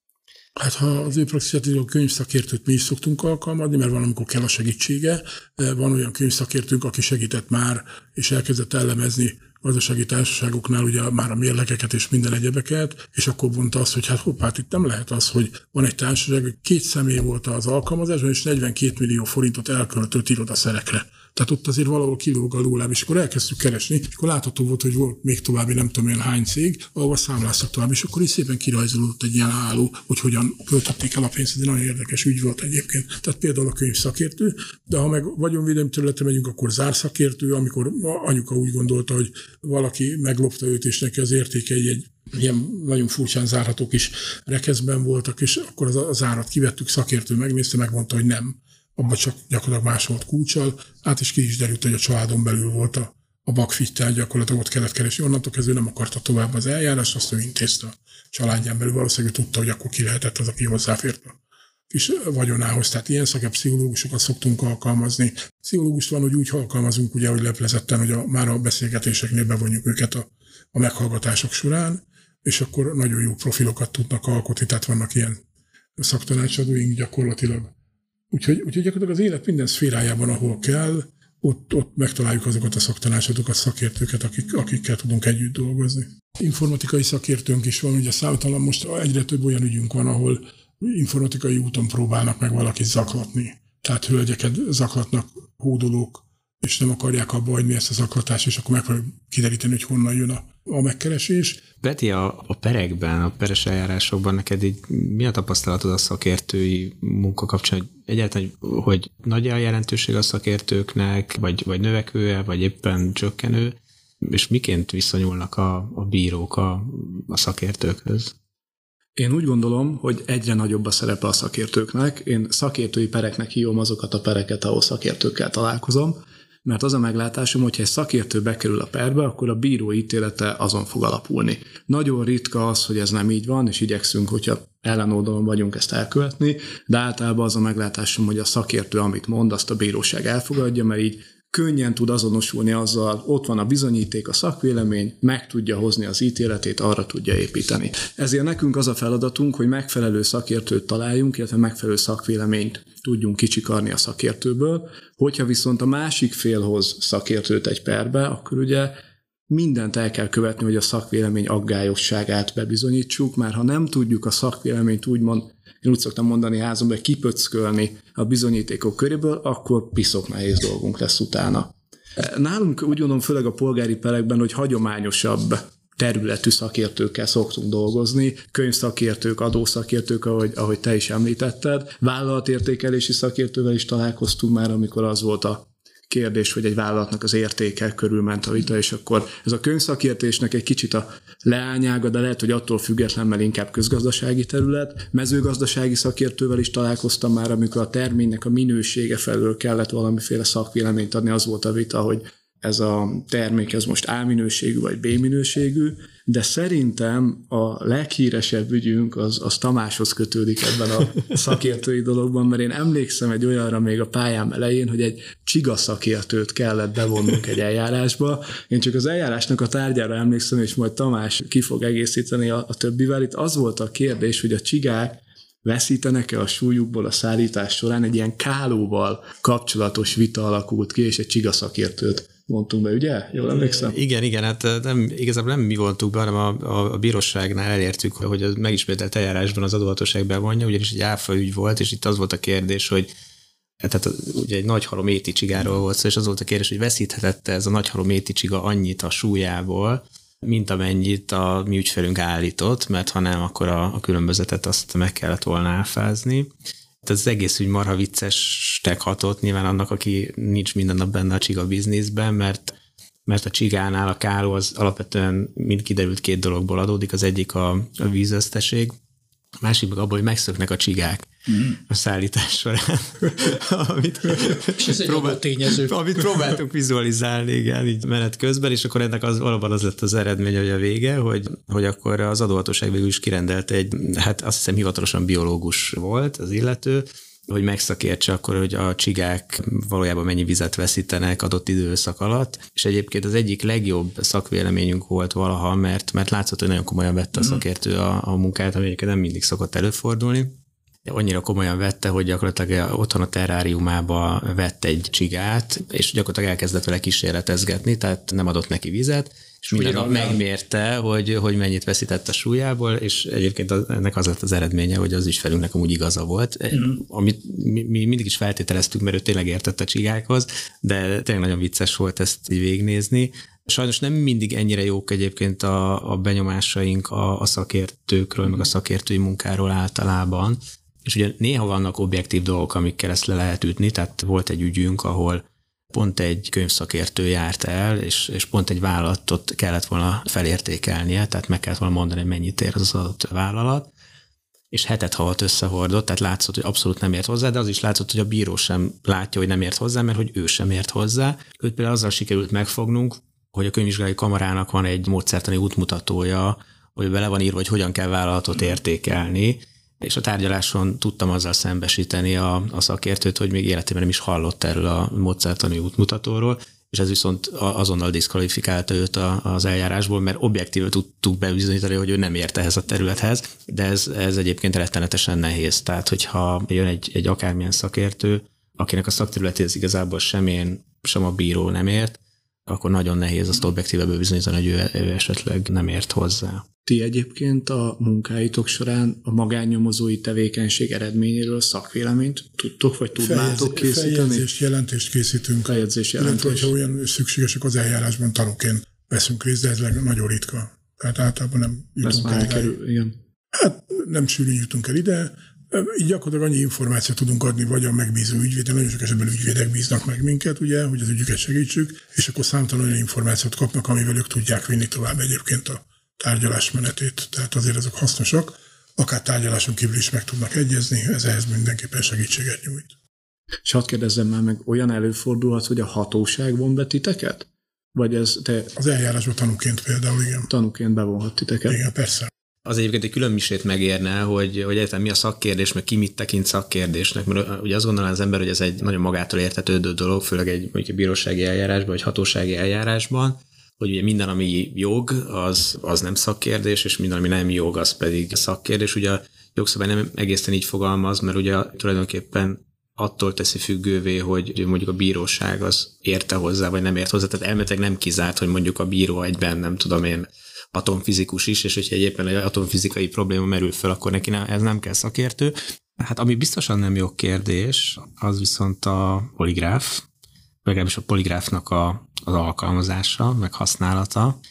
[SPEAKER 3] Hát ha az ő praxisjátszó könyvszakértőt mi is szoktunk alkalmazni, mert van, amikor kell a segítsége. Van olyan könyvszakértőnk, aki segített már, és elkezdett elemezni gazdasági társaságoknál ugye már a mérlegeket és minden egyebeket, és akkor mondta azt, hogy hát hoppát, itt nem lehet az, hogy van egy társaság, hogy két személy volt az alkalmazásban, és negyvenkét millió forintot elköltött irodaszerekre. Tehát ott azért valahol kilóg a lóláb, és akkor elkezdtük keresni, és akkor látható volt, hogy volt még további nem tudom én hány cég, ahova számláztak tovább, és akkor is szépen kirajzolódott egy ilyen háló, hogy hogyan költötték el a pénzt. Ez egy nagyon érdekes ügy volt egyébként. Tehát például a könyvszakértő, de ha meg vagyonvédelmi területre megyünk, akkor zárszakértő, amikor anyuka úgy gondolta, hogy valaki meglopta őt, és neki az értékei egy ilyen nagyon furcsán zárható kis rekeszben voltak, és akkor az, az árat kivettük, szakértő megnézte, megmondta, hogy nem. Abban csak gyakorlatilag más volt kulccsal, át is ki is derült, hogy a családon belül volt a, a bakfittel, gyakorlatilag ott kellett keresni. Onnantól kezdve nem akarta tovább az eljárást, azt ő intézte a családján belül. Valószínűleg tudta, hogy akkor ki lehetett az, aki hozzáfért a kis vagyonához. Tehát ilyen szakpszichológusokat szoktunk alkalmazni. Pszichológust van, hogy úgy alkalmazunk, ugye, hogy leplezetten, hogy a, már a beszélgetéseknél bevonjuk őket a, a meghallgatások során, és akkor nagyon jó profilokat tudnak alkotni, tehát vannak ilyen szaktanácsadóink gyakorlatilag. Úgyhogy, úgyhogy gyakorlatilag az élet minden szférájában, ahol kell, ott, ott megtaláljuk azokat a szaktanácsadókat, szakértőket, akik, akikkel tudunk együtt dolgozni. Informatikai szakértőnk is van, ugye számtalan most egyre több olyan ügyünk van, ahol informatikai úton próbálnak meg valakit zaklatni. Tehát hölgyeket zaklatnak hódolók, és nem akarják abba hagyni ezt a zaklatást, és akkor megpróbáljuk kideríteni, hogy honnan jön a, a megkeresés.
[SPEAKER 2] Peti, a, a perekben, a peres eljárásokban neked így mi a tapasztalatod a szakértői munka kapcsán, hogy egyáltalán, hogy nagy a jelentőség a szakértőknek, vagy, vagy növekvő, vagy éppen csökkenő, és miként viszonyulnak a, a bírók a, a szakértőkhöz?
[SPEAKER 5] Én úgy gondolom, hogy egyre nagyobb a szerepe a szakértőknek. Én szakértői pereknek hívom azokat a pereket, ahol szakértőkkel találkozom, mert az a meglátásom, hogyha egy szakértő bekerül a perbe, akkor a bíró ítélete azon fog alapulni. Nagyon ritka az, hogy ez nem így van, és igyekszünk, hogyha ellenoldalon vagyunk, ezt elkövetni, de általában az a meglátásom, hogy a szakértő, amit mond, azt a bíróság elfogadja, mert így könnyen tud azonosulni azzal, ott van a bizonyíték, a szakvélemény, meg tudja hozni az ítéletét, arra tudja építeni. Ezért nekünk az a feladatunk, hogy megfelelő szakértőt találjunk, illetve megfelelő szakvéleményt tudjunk kicsikarni a szakértőből. Hogyha viszont a másik fél hoz szakértőt egy perbe, akkor ugye mindent el kell követni, hogy a szakvélemény aggályosságát bebizonyítsuk, mert ha nem tudjuk a szakvéleményt úgymond, én úgy szoktam mondani házamban, kipöckölni a bizonyítékok köréből, akkor piszok nehéz dolgunk lesz utána. Nálunk úgy gondolom, főleg a polgári perekben, hogy hagyományosabb területű szakértőkkel szoktunk dolgozni, könyvszakértők, adószakértők, ahogy, ahogy te is említetted, vállalatértékelési szakértővel is találkoztunk már, amikor az volt a kérdés, hogy egy vállalatnak az értéke körül ment a vita, és akkor ez a könyvszakértésnek egy kicsit a leányága, de lehet, hogy attól független, mert inkább közgazdasági terület. Mezőgazdasági szakértővel is találkoztam már, amikor a terménynek a minősége felől kellett valamiféle szakvéleményt adni, az volt a vita, hogy ez a termék ez most A minőségű vagy B minőségű, de szerintem a leghíresebb ügyünk az, az Tamáshoz kötődik ebben a szakértői dologban, mert én emlékszem egy olyanra még a pályám elején, hogy egy csiga szakértőt kellett bevonnunk egy eljárásba. Én csak az eljárásnak a tárgyára emlékszem, és majd Tamás ki fog egészíteni a, a többivel. Itt az volt a kérdés, hogy a csigák veszítenek-e a súlyukból a szállítás során, egy ilyen kálóval kapcsolatos vita alakult ki, és egy csiga szakértőt mondtunk be, ugye? Jól emlékszem?
[SPEAKER 2] Igen, igen, hát nem, igazából nem mi voltunk be, hanem a, a, a bíróságnál elértük, hogy a megismételt eljárásban az adóhatóság bevonja, ugyanis egy áfa ügy volt, és itt az volt a kérdés, hogy tehát ugye egy nagyhalom éti csigáról volt szó, és az volt a kérdés, hogy veszíthetette ez a nagyhalom éti csiga annyit a súlyából, mint amennyit a mi ügyfelünk állított, mert ha nem, akkor a, a különbözetet azt meg kellett volna áfázni. Tehát az egész úgy marha viccesnek hatott nyilván annak, aki nincs minden nap benne a csiga bizniszben, mert, mert a csigánál a káló az alapvetően mind kiderült két dologból adódik. Az egyik a, a vízözteség, a másik meg abból, hogy megszöknek a csigák mm. a szállítás során. amit,
[SPEAKER 4] és ez egy próbál, tényező.
[SPEAKER 2] Amit próbáltunk vizualizálni, igen, így menet közben, és akkor ennek az, valóban az lett az eredmény, hogy a vége, hogy, hogy akkor az adóhatóság végül is kirendelt egy, hát azt hiszem hivatalosan biológus volt az illető, hogy megszakértse akkor, hogy a csigák valójában mennyi vizet veszítenek adott időszak alatt, és egyébként az egyik legjobb szakvéleményünk volt valaha, mert, mert látszott, hogy nagyon komolyan vette a szakértő a, a munkát, ami egyébként nem mindig szokott előfordulni. Annyira komolyan vette, hogy gyakorlatilag otthon a terráriumába vett egy csigát, és gyakorlatilag elkezdett vele kísérletezgetni, tehát nem adott neki vizet, és minden nap megmérte, hogy, hogy mennyit veszített a súlyából, és egyébként az, ennek az lett az eredménye, hogy az ügyfelünknek amúgy igaza volt, mm. amit mi, mi mindig is feltételeztük, mert ő tényleg értett a csigákhoz, de tényleg nagyon vicces volt ezt így végignézni. Sajnos nem mindig ennyire jók egyébként a, a benyomásaink a, a szakértőkről, mm. meg a szakértői munkáról általában, és ugye néha vannak objektív dolgok, amikkel ezt le lehet ütni, tehát volt egy ügyünk, ahol pont egy könyvszakértő járt el, és, és pont egy vállalatot kellett volna felértékelnie, tehát meg kellett volna mondani, hogy mennyit ér az adott vállalat, és hetet havat összehordott, tehát látszott, hogy abszolút nem ért hozzá, de az is látszott, hogy a bíró sem látja, hogy nem ért hozzá, mert hogy ő sem ért hozzá. Őt például azzal sikerült megfognunk, hogy a könyvvizsgálói kamarának van egy módszertani útmutatója, hogy bele van írva, hogy hogyan kell vállalatot értékelni, és a tárgyaláson tudtam azzal szembesíteni a, a szakértőt, hogy még életében nem is hallott erről a módszertani útmutatóról, és ez viszont azonnal diszkvalifikálta őt az eljárásból, mert objektíve tudtuk bebizonyítani, hogy ő nem ért ehhez a területhez, de ez, ez egyébként rettenetesen nehéz. Tehát, hogyha jön egy, egy akármilyen szakértő, akinek a szakterületéhez igazából sem én, sem a bíró nem ért, akkor nagyon nehéz azt objektíve bebizonyítani, hogy ő, ő esetleg nem ért hozzá.
[SPEAKER 5] Ti egyébként a munkáitok során a magánnyomozói tevékenység eredményéről szakvéleményt tudtok, vagy tudnátok készíteni?
[SPEAKER 3] Feljegyzést, jelentést készítünk.
[SPEAKER 5] Feljegyzést, jelentést.
[SPEAKER 3] Illetve, ha olyan szükségesek az eljárásban, tanúként veszünk részt, de ez nagyon ritka. Tehát általában nem jutunk el ide.
[SPEAKER 5] Igen.
[SPEAKER 3] Hát nem sűrűn jutunk el ide. Így gyakorlatilag annyi információt tudunk adni, vagy a megbízó ügyvéd, nagyon sok esetben ügyvédek bíznak meg minket, ugye, hogy az ügyüket segítsük, és akkor számtalan olyan információt kapnak, amivel ők tudják vinni tovább egyébként a tárgyalás menetét. Tehát azért ezek hasznosak, akár tárgyaláson kívül is meg tudnak egyezni, ez ehhez mindenképpen segítséget nyújt.
[SPEAKER 5] És hadd kérdezzem már meg, olyan előfordulhat, hogy a hatóság von be titeket? Vagy ez te...
[SPEAKER 3] Az eljárásban tanúként például, igen.
[SPEAKER 5] Tanúként bevonhat titeket?
[SPEAKER 3] Igen, persze.
[SPEAKER 2] Az egyébként egy külön misét megérne, hogy, hogy egyáltalán mi a szakkérdés, meg ki mit tekint szakkérdésnek, mert ugye azt gondolná az ember, hogy ez egy nagyon magától értetődő dolog, főleg egy mondjuk bírósági eljárásban, vagy hatósági eljárásban, hogy ugye minden, ami jog, az, az nem szakkérdés, és minden, ami nem jog, az pedig szakkérdés. Ugye a jogszabály nem egészen így fogalmaz, mert ugye tulajdonképpen attól teszi függővé, hogy mondjuk a bíróság az érte hozzá, vagy nem ért hozzá. Tehát elméletileg nem kizárt, hogy mondjuk a bíró egyben, nem tudom én, atomfizikus is, és hogyha egyébként egy atomfizikai probléma merül föl, akkor neki nem, ez nem kell szakértő. Hát ami biztosan nem jó kérdés, az viszont a poligráf, legalábbis a poligráfnak a, az alkalmazása, meg használata.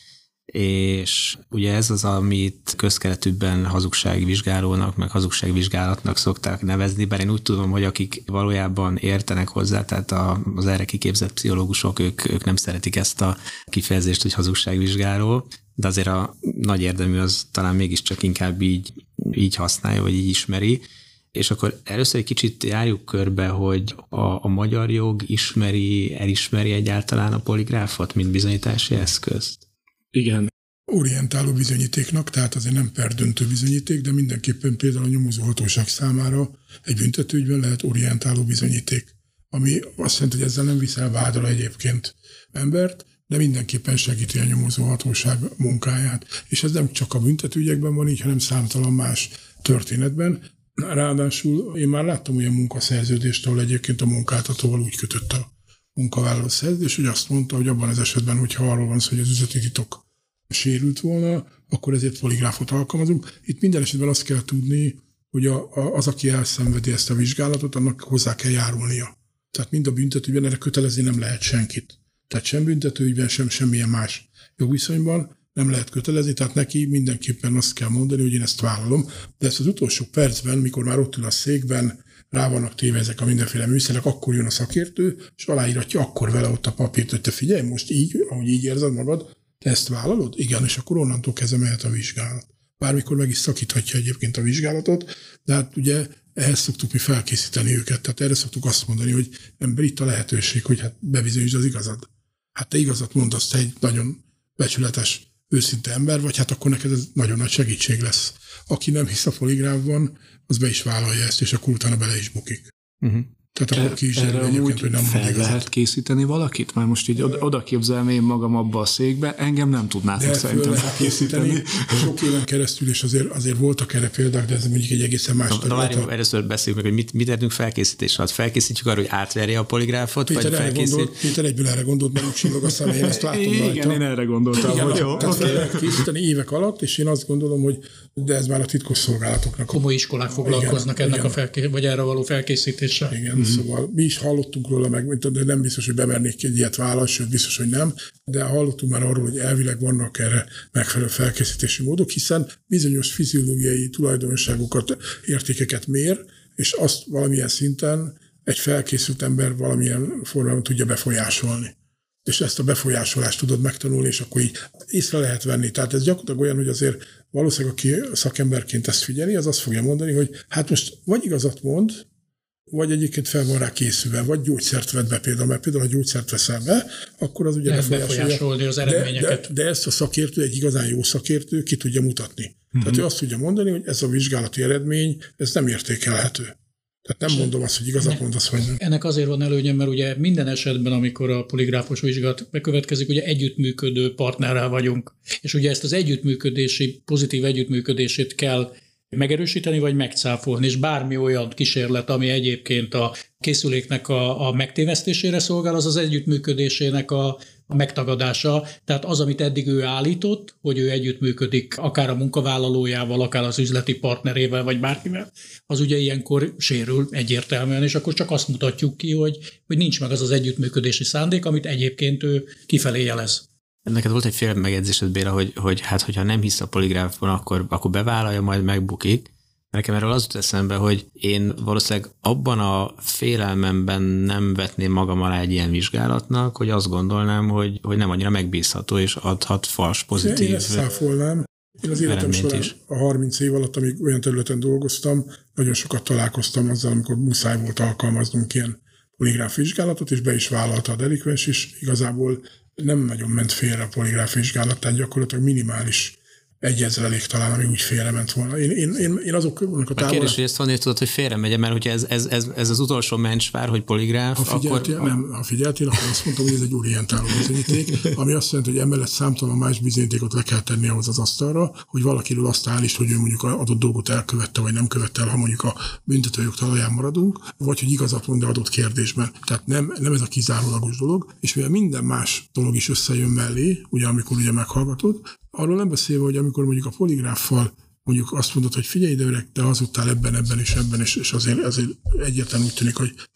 [SPEAKER 2] és ugye ez az, amit közkeletűbben hazugságvizsgálónak, meg hazugságvizsgálatnak szokták nevezni, bár én úgy tudom, hogy akik valójában értenek hozzá, tehát az erre kiképzett pszichológusok, ők, ők nem szeretik ezt a kifejezést, hogy hazugságvizsgáló, de azért a nagy érdemű az talán mégiscsak inkább így, így használja, vagy így ismeri. És akkor először egy kicsit járjuk körbe, hogy a, a magyar jog ismeri, elismeri egyáltalán a poligráfot, mint bizonyítási eszközt?
[SPEAKER 5] Igen.
[SPEAKER 3] Orientáló bizonyítéknak, tehát azért nem perdöntő bizonyíték, de mindenképpen például a nyomozóhatóság számára egy büntetőügyben lehet orientáló bizonyíték, ami azt jelenti, hogy ezzel nem viszel vádra egyébként embert, de mindenképpen segíti a nyomozóhatóság munkáját. És ez nem csak a büntetőügyekben van így, hanem számtalan más történetben. Ráadásul én már láttam olyan munkaszerződést, ahol egyébként a munkáltatóval úgy kötött a munkavállaló szerződés, hogy azt mondta, hogy abban az esetben, hogyha arról van szó, hogy az üzleti titok sérült volna, akkor ezért poligráfot alkalmazunk. Itt minden esetben azt kell tudni, hogy a, a, az, aki elszenvedi ezt a vizsgálatot, annak hozzá kell járulnia. Tehát mind a büntetőügyben erre kötelezni nem lehet senkit. Tehát sem büntetőügyben, sem semmilyen más jogviszonyban nem lehet kötelezni, tehát neki mindenképpen azt kell mondani, hogy én ezt vállalom, de ezt az utolsó percben, mikor már ott ül a székben, rá vannak téve ezek a mindenféle műszerek, akkor jön a szakértő, és aláíratja akkor vele ott a papírt, hogy te figyelj, most így, ahogy így érzed magad, te ezt vállalod? Igen, és akkor onnantól kezdve mehet a vizsgálat. Bármikor meg is szakíthatja egyébként a vizsgálatot, de hát ugye ehhez szoktuk mi felkészíteni őket, tehát erre szoktuk azt mondani, hogy ember, itt a lehetőség, hogy hát bebizonyítsd az igazad. Hát te igazat mondasz, te egy nagyon becsületes, őszinte ember vagy, hát akkor neked ez nagyon nagy segítség lesz. Aki nem hisz a poligráfban, az be is vállalja ezt, és akkor utána bele is bukik. Uh-huh. Tehát akkor ki is
[SPEAKER 5] erre amúgy
[SPEAKER 3] hogy nem
[SPEAKER 5] fel lehet készíteni valakit? Már most így oda, oda képzelem én magam abba a székbe, engem nem tudnátok szerintem
[SPEAKER 3] készíteni. Sok éven keresztül, és azért, azért voltak erre példák, de ez mondjuk egy egészen más
[SPEAKER 2] terület. Na várjunk, először beszéljük meg, hogy mit, mit tettünk felkészítésre. Hát felkészítjük arra, hogy átverje a poligráfot,
[SPEAKER 3] Péter,
[SPEAKER 2] vagy felkészít...
[SPEAKER 3] gondolt, Péter egyből erre gondolt, mert úgy csillog a szeme, én ezt látom rajta.
[SPEAKER 5] Igen, én erre gondoltam.
[SPEAKER 3] Igen,
[SPEAKER 5] hogy jó,
[SPEAKER 3] tehát fel lehet készíteni évek alatt, és én azt gondolom, hogy de ez már a titkos szolgálatoknak.
[SPEAKER 4] Komoly iskolák foglalkoznak igen, ennek igen. a felké... vagy erre való felkészítéssel.
[SPEAKER 3] Igen, mm-hmm. Szóval mi is hallottunk róla, meg, de nem biztos, hogy bemernék egy ilyet válasz, sőt biztos, hogy nem, de hallottunk már arról, hogy elvileg vannak erre megfelelő felkészítési módok, hiszen bizonyos fiziológiai tulajdonságokat, értékeket mér, és azt valamilyen szinten egy felkészült ember valamilyen formában tudja befolyásolni. És ezt a befolyásolást tudod megtanulni, és akkor így észre lehet venni. Tehát ez gyakorlatilag olyan, hogy azért valószínűleg, aki szakemberként ezt figyeli, az azt fogja mondani, hogy hát most vagy igazat mond, vagy egyébként fel van rá készülve, vagy gyógyszert vett be például, mert például a gyógyszert veszel be, akkor az ugye
[SPEAKER 4] befolyásolni az eredményeket.
[SPEAKER 3] De, de, de ezt a szakértő, egy igazán jó szakértő ki tudja mutatni. Uh-huh. Tehát ő azt tudja mondani, hogy ez a vizsgálati eredmény, ez nem értékelhető. Tehát nem mondom azt, hogy igazat mondasz, vagy nem.
[SPEAKER 4] Ennek azért van előnye, mert ugye minden esetben, amikor a poligráfos vizsgálat bekövetkezik, ugye együttműködő partnerrel vagyunk. És ugye ezt az együttműködési, pozitív együttműködését kell megerősíteni, vagy megcáfolni, és bármi olyan kísérlet, ami egyébként a készüléknek a, a megtévesztésére szolgál, az az együttműködésének a, a megtagadása. Tehát az, amit eddig ő állított, hogy ő együttműködik akár a munkavállalójával, akár az üzleti partnerével, vagy bárkivel, az ugye ilyenkor sérül egyértelműen, és akkor csak azt mutatjuk ki, hogy, hogy nincs meg az az együttműködési szándék, amit egyébként ő kifelé jelez.
[SPEAKER 2] Neked volt egy fél megjegyzésed, Béla, hogy, hogy hát, hogyha nem hisz a poligráfon, akkor, akkor bevállalja, majd megbukik. Nekem erről az jut eszembe, hogy én valószínűleg abban a félelmemben nem vetném magam alá egy ilyen vizsgálatnak, hogy azt gondolnám, hogy, hogy nem annyira megbízható, és adhat fals pozitív.
[SPEAKER 3] Én ezt száfolnám. Én az életem során is. A harminc év alatt, amíg olyan területen dolgoztam, nagyon sokat találkoztam azzal, amikor muszáj volt alkalmaznunk ilyen poligráf vizsgálatot, és be is vállalta a delikvens is. Igazából nem nagyon ment félre a poligráf vizsgálat, tehát gyakorlatilag minimális egyezrelék talán, ami úgy félrement volna. Én, én, én, én azok a
[SPEAKER 2] távolán... A kérdés, hogy ezt honnan tudod, hogy félre megy, mert hogyha ez, ez, ez, ez az utolsó mencsvár, hogy poligráf,
[SPEAKER 3] ha figyeltél,
[SPEAKER 2] akkor...
[SPEAKER 3] Nem, ha figyeltél, akkor azt mondtam, hogy ez egy orientáló bizonyíték, ami azt jelenti, hogy emellett számtalan más bizonyítékot le kell tenni ahhoz az asztalra, hogy valakiről azt állítsd, hogy ő mondjuk adott dolgot elkövette, vagy nem követte el, ha mondjuk a büntetőjog talaján maradunk, vagy hogy igazat mond adott kérdésben. Tehát nem, nem ez a kizárólagos dolog, és mivel minden más dolog is összejön mellé, ugye amikor ugye meghallgatod, arról nem beszélve, hogy amikor mondjuk a poligráffal mondjuk azt mondod, hogy figyelj ide öreg, te hazudtál ebben, ebben és ebben, és, és azért, azért egyértelműen úgy tűnik, hogy te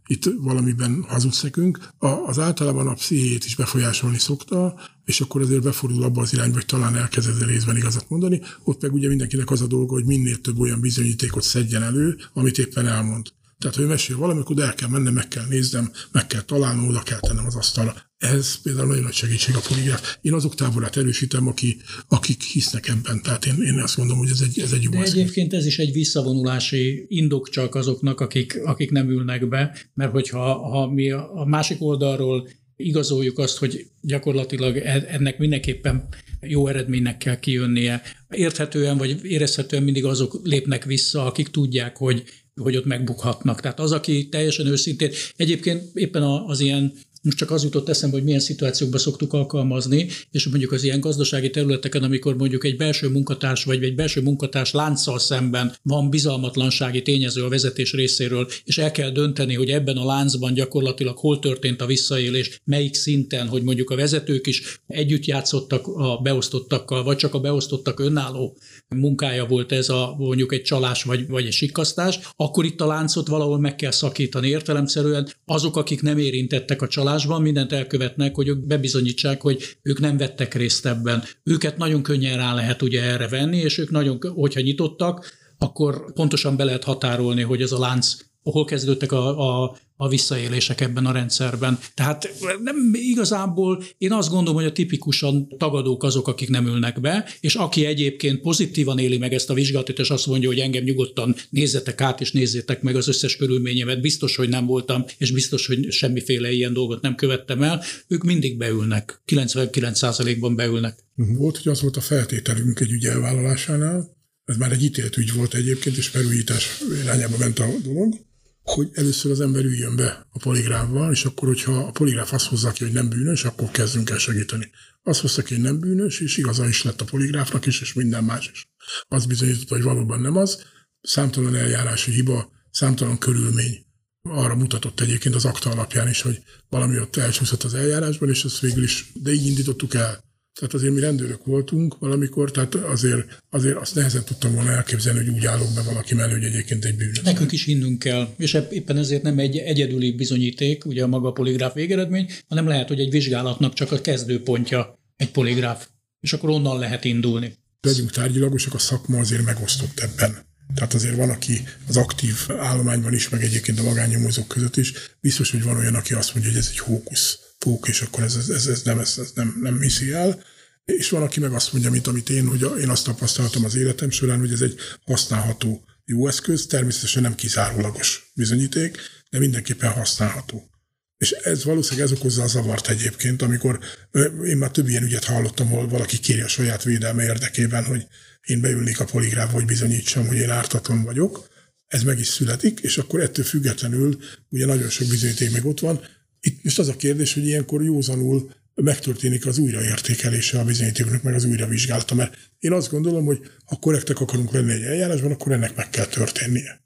[SPEAKER 3] itt valamiben hazudsz nekünk, az általában a pszichét is befolyásolni szokta, és akkor azért befordul abba az irányba, hogy talán elkezd ezzel részben igazat mondani, ott meg ugye mindenkinek az a dolga, hogy minél több olyan bizonyítékot szedjen elő, amit éppen elmond. Tehát, ha ő mesél valamikor, el kell mennem, meg kell néznem, meg kell találnom, oda kell tennem az asztalra. Ez például nagyon nagy segítség a poligráf. Én azok táborát erősítem, aki, akik hisznek ebben. Tehát én, én azt mondom, hogy ez egy, ez egy jó
[SPEAKER 4] De
[SPEAKER 3] eszköz.
[SPEAKER 4] egyébként ez is egy visszavonulási indok csak azoknak, akik, akik nem ülnek be, mert hogyha ha mi a másik oldalról igazoljuk azt, hogy gyakorlatilag ennek mindenképpen jó eredménynek kell kijönnie. Érthetően vagy érezhetően mindig azok lépnek vissza, akik tudják, hogy hogy ott megbukhatnak. Tehát az, aki teljesen őszintén, egyébként éppen az ilyen, most csak az jutott eszembe, hogy milyen szituációkban szoktuk alkalmazni, és mondjuk az ilyen gazdasági területeken, amikor mondjuk egy belső munkatárs vagy egy belső munkatárs lánccal szemben van bizalmatlansági tényező a vezetés részéről, és el kell dönteni, hogy ebben a láncban gyakorlatilag hol történt a visszaélés, melyik szinten, hogy mondjuk a vezetők is együtt játszottak a beosztottakkal, vagy csak a beosztottak önálló munkája volt ez a mondjuk egy csalás vagy, vagy egy sikkasztás, akkor itt a láncot valahol meg kell szakítani. Értelemszerűen azok, akik nem érintettek a csalásban, mindent elkövetnek, hogy ők bebizonyítsák, hogy ők nem vettek részt ebben. Őket nagyon könnyen rá lehet ugye erre venni, és ők nagyon, hogyha nyitottak, akkor pontosan be lehet határolni, hogy ez a lánc, hol kezdődtek a, a, a visszaélések ebben a rendszerben. Tehát nem igazából, én azt gondolom, hogy a tipikusan tagadók azok, akik nem ülnek be, és aki egyébként pozitívan éli meg ezt a vizsgálatot, és azt mondja, hogy engem nyugodtan nézzetek át, és nézzétek meg az összes körülményemet, biztos, hogy nem voltam, és biztos, hogy semmiféle ilyen dolgot nem követtem el, ők mindig beülnek, kilencvenkilenc százalékban beülnek.
[SPEAKER 3] Volt, hogy az volt a feltételünk egy ügy elvállalásánál, ez már egy ítélt ügy volt egyébként, és felújítás irányába ment a dolog, hogy először az ember üljön be a poligráfval, és akkor, hogyha a poligráf azt hozza ki, hogy nem bűnös, akkor kezdünk el segíteni. Azt hozta ki, hogy nem bűnös, és igaza is lett a poligráfnak is, és minden más is. Az bizonyította, hogy valóban nem az. Számtalan eljárási hiba, számtalan körülmény arra mutatott egyébként az akta alapján is, hogy valami ott elcsúszott az eljárásban, és azt végül is, de így indítottuk el. Tehát azért mi rendőrök voltunk valamikor, tehát azért, azért azt nehezen tudtam volna elképzelni, hogy úgy állok be valaki mellé, hogy egyébként egy bűnös.
[SPEAKER 4] Nekünk is hinnünk kell, és éppen ezért nem egy egyedüli bizonyíték, ugye a maga a poligráf végeredmény, hanem lehet, hogy egy vizsgálatnak csak a kezdőpontja egy poligráf, és akkor onnan lehet indulni.
[SPEAKER 3] Legyünk tárgyilagosak, a szakma azért megosztott ebben. Tehát azért van, aki az aktív állományban is, meg egyébként a magánnyomozók között is, biztos, hogy van olyan, aki azt mondja, hogy ez egy hókusz, pók, és akkor ez, ez, ez, nem, ez, ez nem, nem hiszi el. És van, aki meg azt mondja, mint amit én, hogy én azt tapasztaltam az életem során, hogy ez egy használható jó eszköz, természetesen nem kizárólagos bizonyíték, de mindenképpen használható. És ez valószínűleg ez okozza a zavart egyébként, amikor én már több ilyen ügyet hallottam, ahol valaki kéri a saját védelme érdekében, hogy én beülnék a poligráfba, hogy bizonyítsam, hogy én ártatlan vagyok. Ez meg is születik, és akkor ettől függetlenül ugye nagyon sok bizonyíték meg ott van. Itt most az a kérdés, hogy ilyenkor józanul megtörténik az újraértékelése a bizonyítékoknak, meg az újravizsgálata, mert én azt gondolom, hogy ha korrektek akarunk lenni egy eljárásban, akkor ennek meg kell történnie.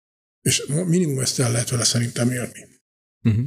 [SPEAKER 3] És minimum ezt el lehet vele szerintem élni.
[SPEAKER 5] Uh-huh.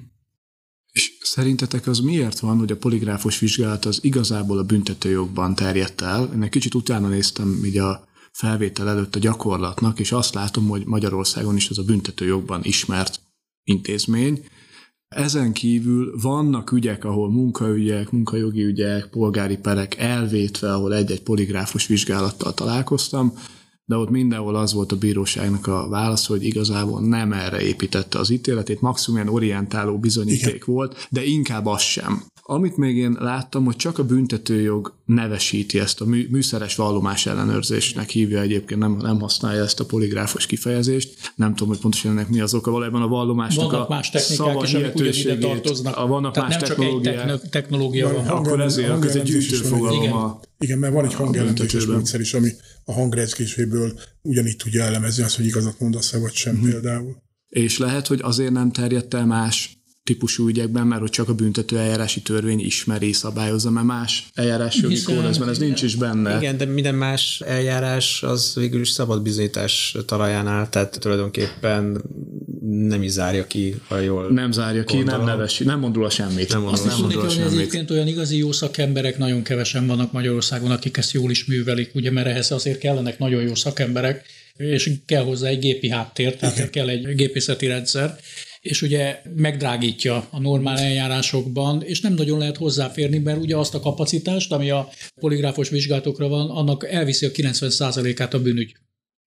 [SPEAKER 5] És szerintetek az miért van, hogy a poligráfos vizsgálat az igazából a büntetőjogban terjedt el? Én egy kicsit utána néztem így a felvétel előtt a gyakorlatnak, és azt látom, hogy Magyarországon is ez a büntetőjogban ismert intézmény. Ezen kívül vannak ügyek, ahol munkaügyek, munkajogi ügyek, polgári perek elvétve, ahol egy-egy poligráfos vizsgálattal találkoztam, de ott mindenhol az volt a bíróságnak a válasz, hogy igazából nem erre építette az ítéletét, maximum ilyen orientáló bizonyíték Igen. volt, de inkább az sem. Amit még én láttam, hogy csak a büntetőjog nevesíti ezt, a mű, műszeres vallomás ellenőrzésnek hívja egyébként, nem, nem használja ezt a poligráfos kifejezést. Nem tudom, hogy pontosan ennek mi az oka, valójában a vallomásnak
[SPEAKER 4] vannak
[SPEAKER 5] a
[SPEAKER 4] más technikák is, amik ugyanide tartoznak.
[SPEAKER 5] A, vannak
[SPEAKER 4] Tehát
[SPEAKER 5] más
[SPEAKER 4] nem
[SPEAKER 5] technológiák.
[SPEAKER 4] csak egy techn- technológia van.
[SPEAKER 5] Akkor ezért ez egy gyűjtőfogalom. A,
[SPEAKER 3] Igen, mert van egy hangellentéses módszer is, ami a hangrejzkéséből ugyanígy tudja elemezni azt, hogy igazat mondasz-e vagy sem hmm. például.
[SPEAKER 5] És lehet, hogy azért nem terjedt el más típusú ügyekben, mert hogy csak a büntető eljárási törvény ismeri, szabályozza, mert más eljárásjogi kódexben ez nincs is benne.
[SPEAKER 2] Igen, de minden más eljárás az végül is szabad bizonyítás talaján áll, tehát tulajdonképpen nem is zárja ki, ha jól
[SPEAKER 5] Nem zárja ki, gondolom. nem nevesi, nem mond róla semmit. Nem
[SPEAKER 4] Azt is tudni kell, hogy egyébként olyan igazi jó szakemberek nagyon kevesen vannak Magyarországon, akik ezt jól is művelik, ugye, mert ehhez azért kellenek nagyon jó szakemberek, és kell hozzá egy gépi háttér, tehát Igen. kell egy gépészeti rendszer, és ugye megdrágítja a normál eljárásokban, és nem nagyon lehet hozzáférni, mert ugye azt a kapacitást, ami a poligráfos vizsgálatokra van, annak elviszi a kilencven százalékát a bűnügy.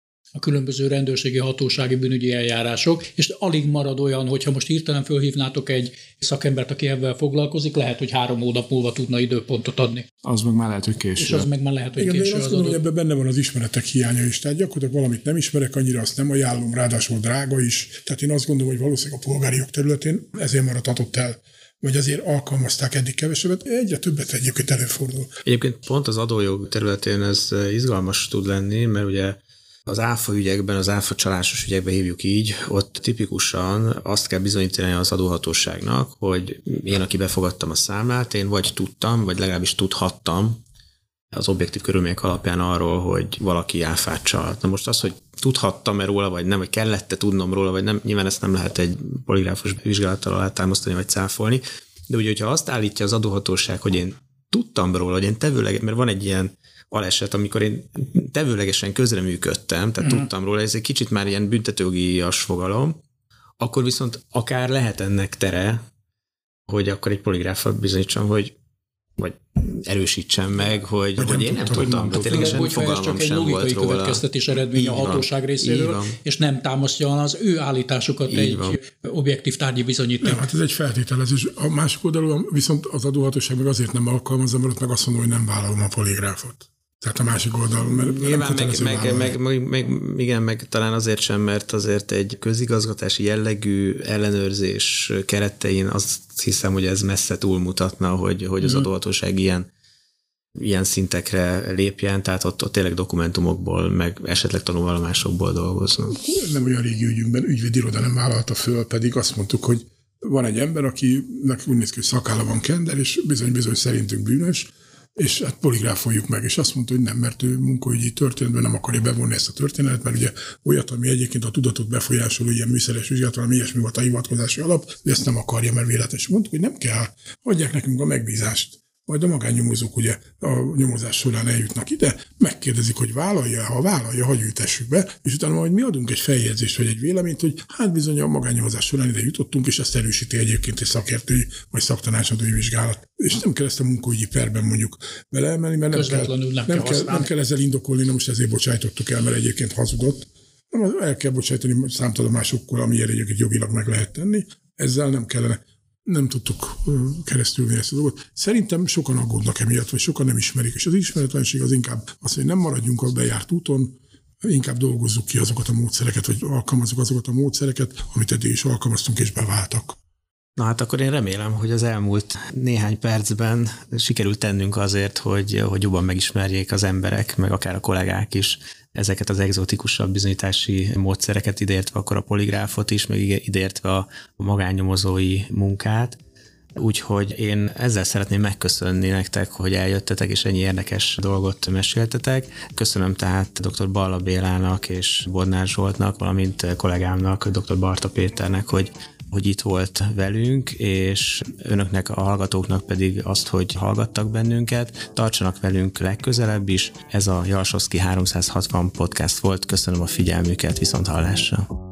[SPEAKER 4] A különböző rendőrségi hatósági bűnügyi eljárások, és alig marad olyan, hogyha most hirtelen fölhívnátok egy szakembert, aki ebben foglalkozik, lehet, hogy három hónap múlva tudna időpontot adni.
[SPEAKER 5] Az meg már lehet, hogy késő.
[SPEAKER 4] És az meg már lehet, hogy
[SPEAKER 3] igen,
[SPEAKER 4] késő.
[SPEAKER 3] Igen, én azt gondolom, hogy ebben benne van az ismeretek hiánya is. Tehát gyakorlatilag valamit nem ismerek annyira, azt nem ajánlom, ráadásul drága is. Tehát én azt gondolom, hogy valószínűleg a polgári jog területén ezért maradhatott el, vagy azért alkalmazták eddig kevesebbet, egyre többet egyébként előfordul.
[SPEAKER 2] Egyébként pont az adójog területén ez izgalmas tud lenni, mert ugye az áfa ügyekben, az áfa csalásos ügyekben hívjuk így, ott tipikusan azt kell bizonyítani az adóhatóságnak, hogy én, aki befogadtam a számlát, én vagy tudtam, vagy legalábbis tudhattam az objektív körülmények alapján arról, hogy valaki áfát csalt. Na most az, hogy tudhattam-e róla, vagy nem, vagy kellett-e tudnom róla, vagy nem, nyilván ezt nem lehet egy poligráfos vizsgálattal alátámasztani, vagy cáfolni, de ugye, hogyha azt állítja az adóhatóság, hogy én tudtam róla, hogy én tevőleg, mert van egy ilyen aleset, amikor én tevőlegesen közreműködtem, tehát mm. tudtam róla, ez egy kicsit már ilyen büntetőjogias fogalom, akkor viszont akár lehet ennek tere, hogy akkor egy poligráffal bizonyítsam, hogy vagy erősítsem meg, hogy, hogy, hogy én nem tudtam, de ténylegesen fogalmam sem volt róla.
[SPEAKER 4] Logikai következtetés eredmény a hatóság részéről, és nem támasztja az ő állításukat így egy van. Objektív tárgyi bizonyíték.
[SPEAKER 3] Nem, hát ez egy feltételezés. A másik oldalon viszont az adóhatóság meg azért nem alkalmazza, mert ott meg azt mondom, hogy nem vállalom a poligráfot. Tehát a másik oldalon, mert
[SPEAKER 2] nyilván meg, meg, meg, meg, meg, igen, meg talán azért sem, mert azért egy közigazgatási jellegű ellenőrzés keretein azt hiszem, hogy ez messze túlmutatna, hogy, hogy az adóhatóság ilyen, ilyen szintekre lépjen, tehát ott, ott tényleg dokumentumokból, meg esetleg tanulvallomásokból dolgoznak. Nem
[SPEAKER 3] olyan régi ügyünkben ügyvédi iroda nem vállalta föl, pedig azt mondtuk, hogy van egy ember, akinek úgy néz ki, hogy szakálla van kender, és bizony-bizony szerintünk bűnös, és hát poligráfoljuk meg, és azt mondta, hogy nem, mert ő munkaügyi történetben nem akarja bevonni ezt a történetet, mert ugye olyat, ami egyébként a tudatot befolyásoló ilyen műszeres vizsgálat, valami ilyesmi volt a hivatkozási alap, de ezt nem akarja, mert véletlenül. Mondtuk, hogy nem kell, adják nekünk a megbízást. Majd a magánnyomozók ugye a nyomozás során eljutnak ide, megkérdezik, hogy vállalja, ha vállalja, hagyj ültessük be, és utána majd mi adunk egy feljegyzést vagy egy véleményt, hogy hát bizony a magánnyomozás során ide jutottunk, és ezt erősíti egyébként egy szakértői vagy szaktanácsadói vizsgálat. És nem kell ezt a munkaügyi perben mondjuk beleemelni, mert nem kell, nem, nem, kell, kell, nem kell ezzel indokolni, na most ezért bocsájtottuk el, mert egyébként hazudott. Nem, el kell bocsájtani számtalan amiért egyébként jogilag meg lehet tenni, ezzel nem kellene. Nem tudtuk keresztülni ezt a dolgot. Szerintem sokan aggódnak emiatt, vagy sokan nem ismerik, és az ismeretlenség az inkább az, hogy nem maradjunk a bejárt úton, inkább dolgozzuk ki azokat a módszereket, vagy alkalmazzuk azokat a módszereket, amit eddig is alkalmaztunk és beváltak.
[SPEAKER 2] Na hát akkor én remélem, hogy az elmúlt néhány percben sikerült tennünk azért, hogy, hogy jobban megismerjék az emberek, meg akár a kollégák is ezeket az egzotikusabb bizonyítási módszereket, ideértve akkor a poligráfot is, meg ideértve a magánnyomozói munkát. Úgyhogy én ezzel szeretném megköszönni nektek, hogy eljöttetek, és ennyi érdekes dolgot meséltetek. Köszönöm tehát dr. Balla Bélának és Bodnár Zsoltnak, valamint kollégámnak, dr. Barta Péternek, hogy hogy itt volt velünk, és önöknek, a hallgatóknak pedig azt, hogy hallgattak bennünket. Tartsanak velünk legközelebb is. Ez a Jalsowski háromszázhatvan podcast volt. Köszönöm a figyelmüket, viszont hallásra.